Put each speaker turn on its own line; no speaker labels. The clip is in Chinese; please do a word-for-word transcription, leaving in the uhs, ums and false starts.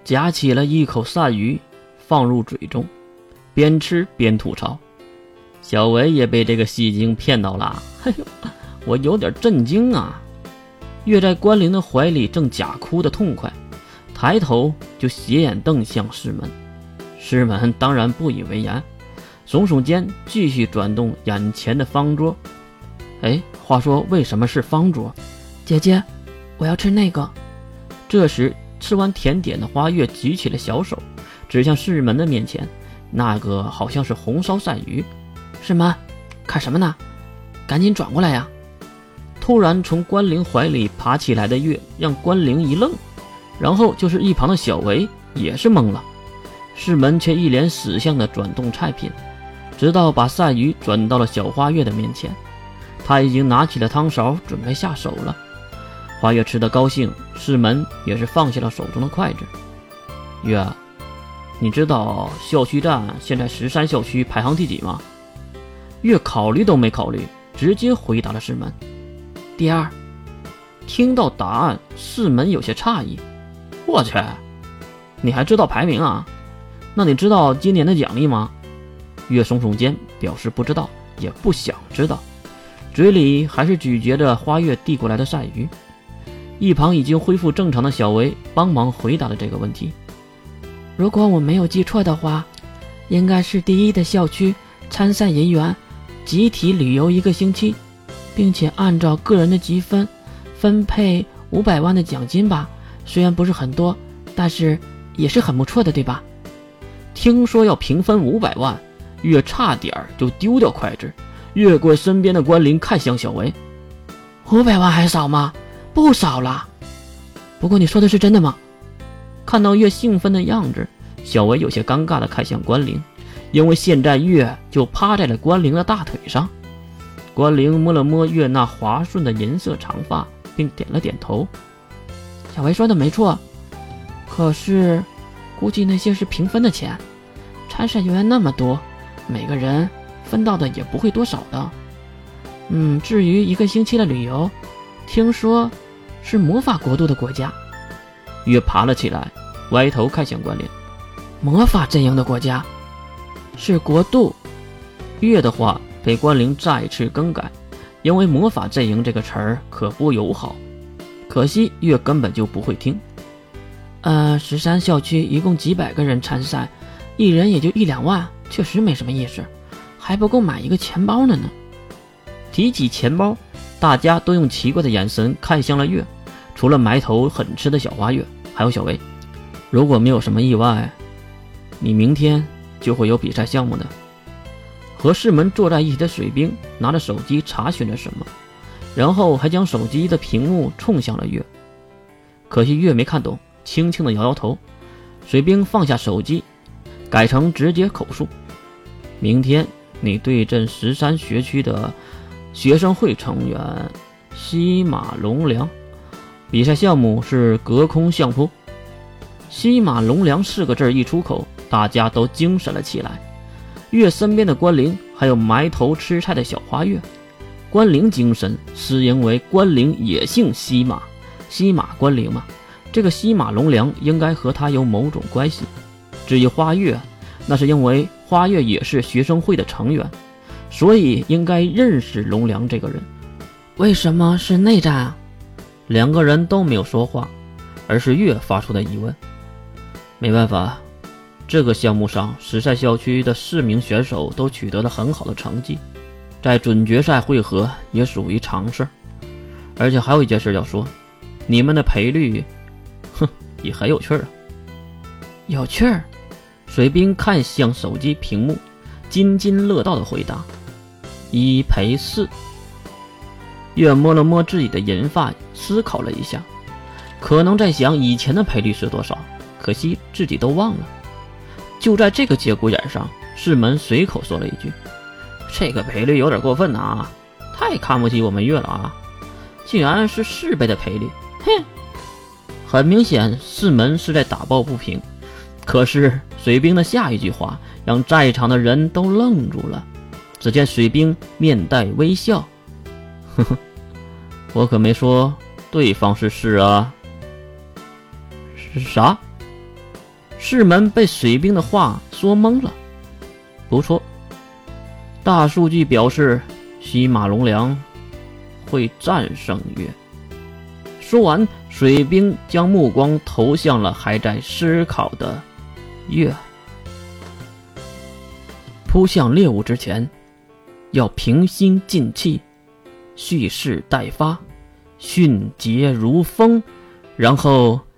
夹起了一口鳝鱼放入嘴中，边吃边吐槽。小维也被这个戏精骗到了，哎呦，我有点震惊啊！月在关灵的怀里正假哭的痛快，抬头就斜眼瞪向师门。师门当然不以为然，耸耸肩继续转动眼前的方桌。哎，话说为什么是方桌？
姐姐，我要吃那个。
这时吃完甜点的花月举起了小手，指向师门的面前，那个好像是红烧鳝鱼。
师门，看什么呢？赶紧转过来呀！
突然从关灵怀里爬起来的月让关灵一愣，然后就是一旁的小维也是懵了。师门却一脸死相的转动菜品，直到把鳝鱼转到了小花月的面前。他已经拿起了汤勺准备下手了。花月吃得高兴，师门也是放下了手中的筷子。月，你知道校区站现在十三校区排行第几吗？月考虑都没考虑，直接回答了师门。
第二。
听到答案，师门有些诧异。我去，你还知道排名啊？那你知道今年的奖励吗？月耸耸肩表示不知道，也不想知道，嘴里还是咀嚼着花月递过来的鳝鱼。一旁已经恢复正常的小维帮忙回答了这个问题。
如果我没有记错的话，应该是第一的校区参赛人员集体旅游一个星期，并且按照个人的积分分配五百万的奖金吧。虽然不是很多，但是也是很不错的，对吧？
听说要平分五百万，月差点就丢掉筷子，越过身边的关灵看向小维。
五百万还少吗？不少了。不过你说的是真的吗？
看到月兴奋的样子，小维有些尴尬的看向关灵，因为现在月就趴在了关灵的大腿上。关灵摸了摸月那滑顺的银色长发，并点了点头。
小维说的没错，可是估计那些是平分的钱，参赛人员那么多，每个人分到的也不会多少的。嗯，至于一个星期的旅游，听说是魔法国度的国家。
月爬了起来，歪头看向关灵。
魔法阵营的国家？是国度。
月的话被关灵再次更改，因为魔法阵营这个词儿可不友好。可惜月根本就不会听。
呃，十三校区一共几百个人参赛，一人也就一两万，确实没什么意思，还不够买一个钱包呢呢。
提起钱包，大家都用奇怪的眼神看向了月，除了埋头狠吃的小花月，还有小维。如果没有什么意外，你明天就会有比赛项目的。和世门坐在一起的水兵拿着手机查询着什么，然后还将手机的屏幕冲向了月。可惜月没看懂，轻轻的摇摇头。水兵放下手机，改成直接口述。明天你对阵十三学区的学生会成员西马龙良，比赛项目是隔空相扑。西马龙良四个字一出口，大家都精神了起来。月身边的关灵，还有埋头吃菜的小花月。关灵精神是因为关灵也姓西马，西马关灵嘛，这个西马龙良应该和他有某种关系。至于花月，那是因为花月也是学生会的成员，所以应该认识龙良这个人。
为什么是内战啊？
两个人都没有说话，而是月发出的疑问。没办法，这个项目上十赛校区的四名选手都取得了很好的成绩，在准决赛汇合也属于常事。而且还有一件事要说，你们的赔率哼也很有趣啊。
有趣儿？
水兵看向手机屏幕，津津乐道的回答：一赔四。月摸了摸自己的银发，思考了一下，可能在想以前的赔率是多少，可惜自己都忘了。就在这个节骨眼上，世门随口说了一句：这个赔率有点过分啊，太看不起我们月了啊，竟然是四倍的赔率，哼！很明显世门是在打抱不平。可是水兵的下一句话让在场的人都愣住了。只见水兵面带微笑，呵呵，我可没说对方是四啊。是啥？ 士们被水兵的话说懵了。不错，大数据表示西马龙良会战胜月。说完，水兵将目光投向了还在思考的月。扑向猎物之前，要平心静气，蓄势待发，迅捷如风，然后